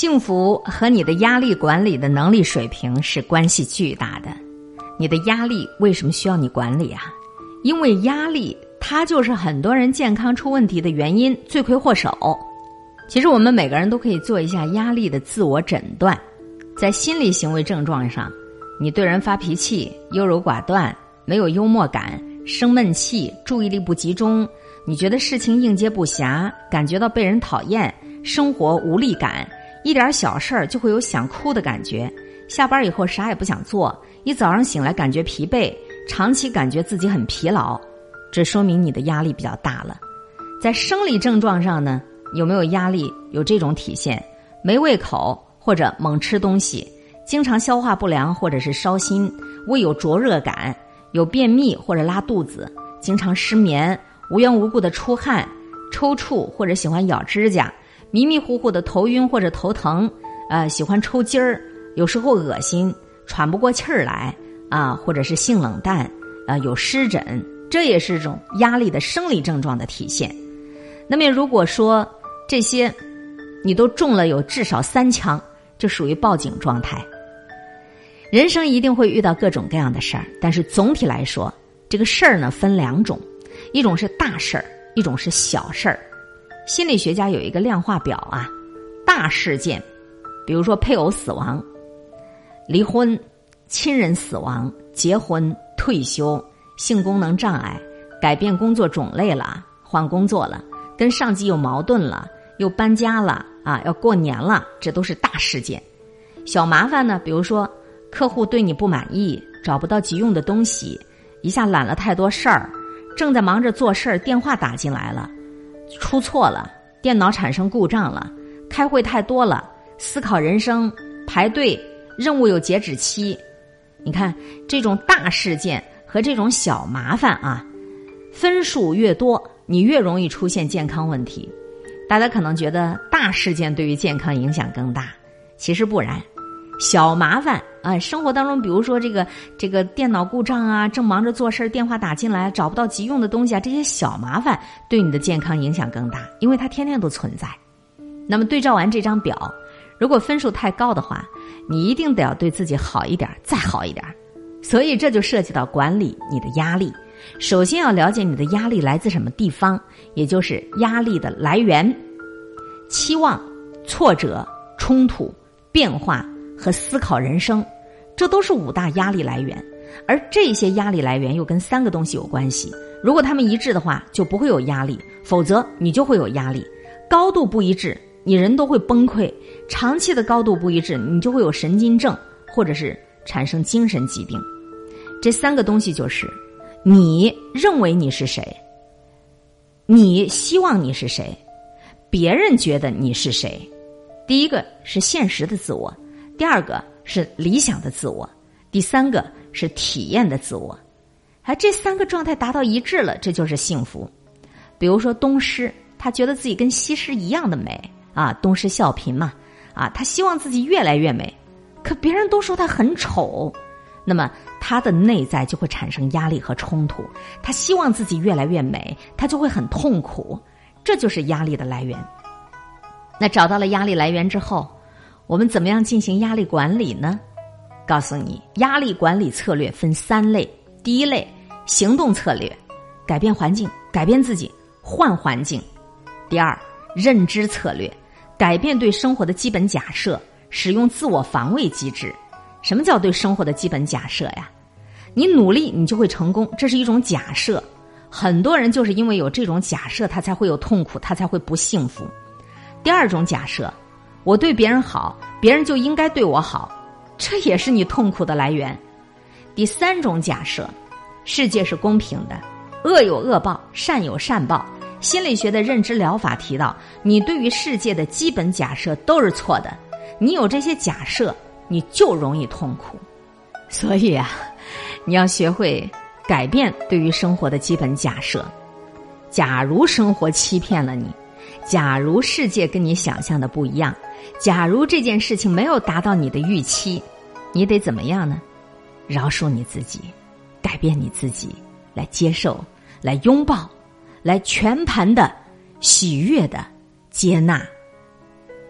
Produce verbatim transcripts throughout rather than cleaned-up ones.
幸福和你的压力管理的能力水平是关系巨大的。你的压力为什么需要你管理啊？因为压力它就是很多人健康出问题的原因，罪魁祸首。其实我们每个人都可以做一下压力的自我诊断。在心理行为症状上，你对人发脾气，优柔寡断，没有幽默感，生闷气，注意力不集中，你觉得事情应接不暇，感觉到被人讨厌，生活无力感，一点小事儿就会有想哭的感觉，下班以后啥也不想做，一早上醒来感觉疲惫，长期感觉自己很疲劳，这说明你的压力比较大了。在生理症状上呢，有没有压力？有这种体现，没胃口或者猛吃东西，经常消化不良或者是烧心，胃有灼热感，有便秘或者拉肚子，经常失眠，无缘无故的出汗，抽搐或者喜欢咬指甲，迷迷糊糊的头晕或者头疼，呃，喜欢抽筋儿，有时候恶心，喘不过气儿来啊，或者是性冷淡，呃，有湿疹，这也是一种压力的生理症状的体现。那么如果说这些你都中了有至少三枪，这属于报警状态。人生一定会遇到各种各样的事儿，但是总体来说，这个事儿呢分两种，一种是大事儿，一种是小事儿。心理学家有一个量化表啊，大事件，比如说配偶死亡、离婚、亲人死亡、结婚、退休、性功能障碍、改变工作种类了、换工作了、跟上级有矛盾了、又搬家了啊，要过年了，这都是大事件。小麻烦呢，比如说客户对你不满意，找不到急用的东西，一下揽了太多事儿，正在忙着做事儿，电话打进来了，出错了，电脑产生故障了，开会太多了，思考人生，排队，任务有截止期。你看这种大事件和这种小麻烦啊，分数越多，你越容易出现健康问题。大家可能觉得大事件对于健康影响更大，其实不然。小麻烦啊，生活当中比如说这个这个电脑故障啊，正忙着做事，电话打进来，找不到急用的东西啊，这些小麻烦对你的健康影响更大，因为它天天都存在。那么对照完这张表，如果分数太高的话，你一定得要对自己好一点，再好一点。所以这就涉及到管理你的压力。首先要了解你的压力来自什么地方，也就是压力的来源。期望、挫折、冲突、变化和思考人生，这都是五大压力来源。而这些压力来源又跟三个东西有关系，如果它们一致的话，就不会有压力，否则你就会有压力。高度不一致，你人都会崩溃，长期的高度不一致，你就会有神经症，或者是产生精神疾病。这三个东西就是你认为你是谁，你希望你是谁，别人觉得你是谁。第一个是现实的自我，第二个是理想的自我，第三个是体验的自我。而这三个状态达到一致了，这就是幸福。比如说东施，他觉得自己跟西施一样的美啊，东施效颦嘛啊，他希望自己越来越美，可别人都说他很丑，那么他的内在就会产生压力和冲突，他希望自己越来越美，他就会很痛苦，这就是压力的来源。那找到了压力来源之后，我们怎么样进行压力管理呢？告诉你，压力管理策略分三类。第一类，行动策略，改变环境，改变自己，换环境。第二，认知策略，改变对生活的基本假设，使用自我防卫机制。什么叫对生活的基本假设呀？你努力你就会成功，这是一种假设。很多人就是因为有这种假设，他才会有痛苦，他才会不幸福。第二种假设，我对别人好，别人就应该对我好，这也是你痛苦的来源。第三种假设，世界是公平的，恶有恶报，善有善报。心理学的认知疗法提到，你对于世界的基本假设都是错的，你有这些假设，你就容易痛苦。所以啊，你要学会改变对于生活的基本假设。假如生活欺骗了你，假如世界跟你想象的不一样，假如这件事情没有达到你的预期，你得怎么样呢？饶恕你自己，改变你自己，来接受，来拥抱，来全盘的喜悦的接纳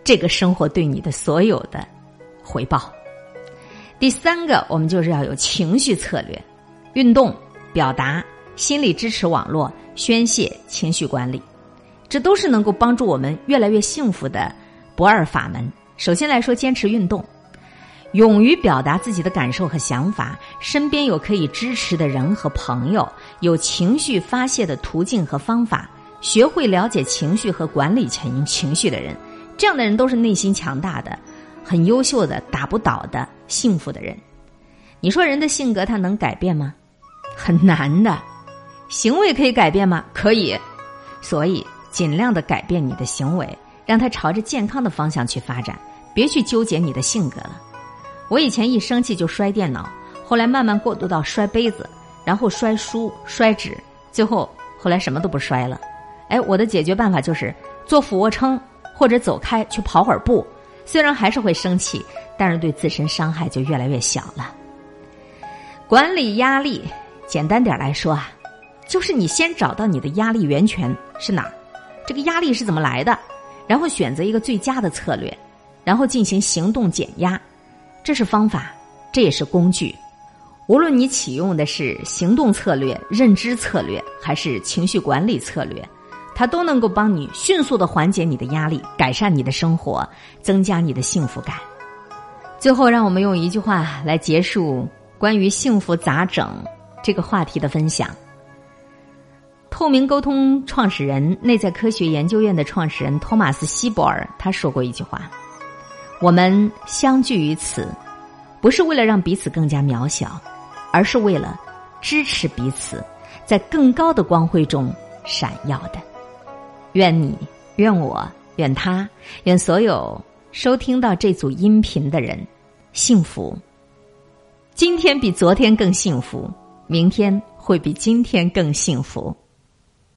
这个生活对你的所有的回报。第三个，我们就是要有情绪策略，运动、表达、心理支持网络、宣泄、情绪管理，这都是能够帮助我们越来越幸福的不二法门。首先来说，坚持运动，勇于表达自己的感受和想法，身边有可以支持的人和朋友，有情绪发泄的途径和方法，学会了解情绪和管理情情绪的人，这样的人都是内心强大的，很优秀的，打不倒的，幸福的人。你说人的性格他能改变吗？很难的。行为可以改变吗？可以。所以尽量的改变你的行为，让它朝着健康的方向去发展，别去纠结你的性格了。我以前一生气就摔电脑，后来慢慢过渡到摔杯子，然后摔书、摔纸，最后后来什么都不摔了。哎，我的解决办法就是做俯卧撑，或者走开去跑会儿步，虽然还是会生气，但是对自身伤害就越来越小了。管理压力，简单点来说啊，就是你先找到你的压力源泉是哪儿，这个压力是怎么来的，然后选择一个最佳的策略，然后进行行动减压。这是方法，这也是工具。无论你启用的是行动策略、认知策略，还是情绪管理策略，它都能够帮你迅速地缓解你的压力，改善你的生活，增加你的幸福感。最后，让我们用一句话来结束关于幸福咋整这个话题的分享。透明沟通创始人、内在科学研究院的创始人托马斯·希伯尔他说过一句话：我们相聚于此，不是为了让彼此更加渺小，而是为了支持彼此在更高的光辉中闪耀的。愿你，愿我，愿他，愿所有收听到这组音频的人幸福。今天比昨天更幸福，明天会比今天更幸福。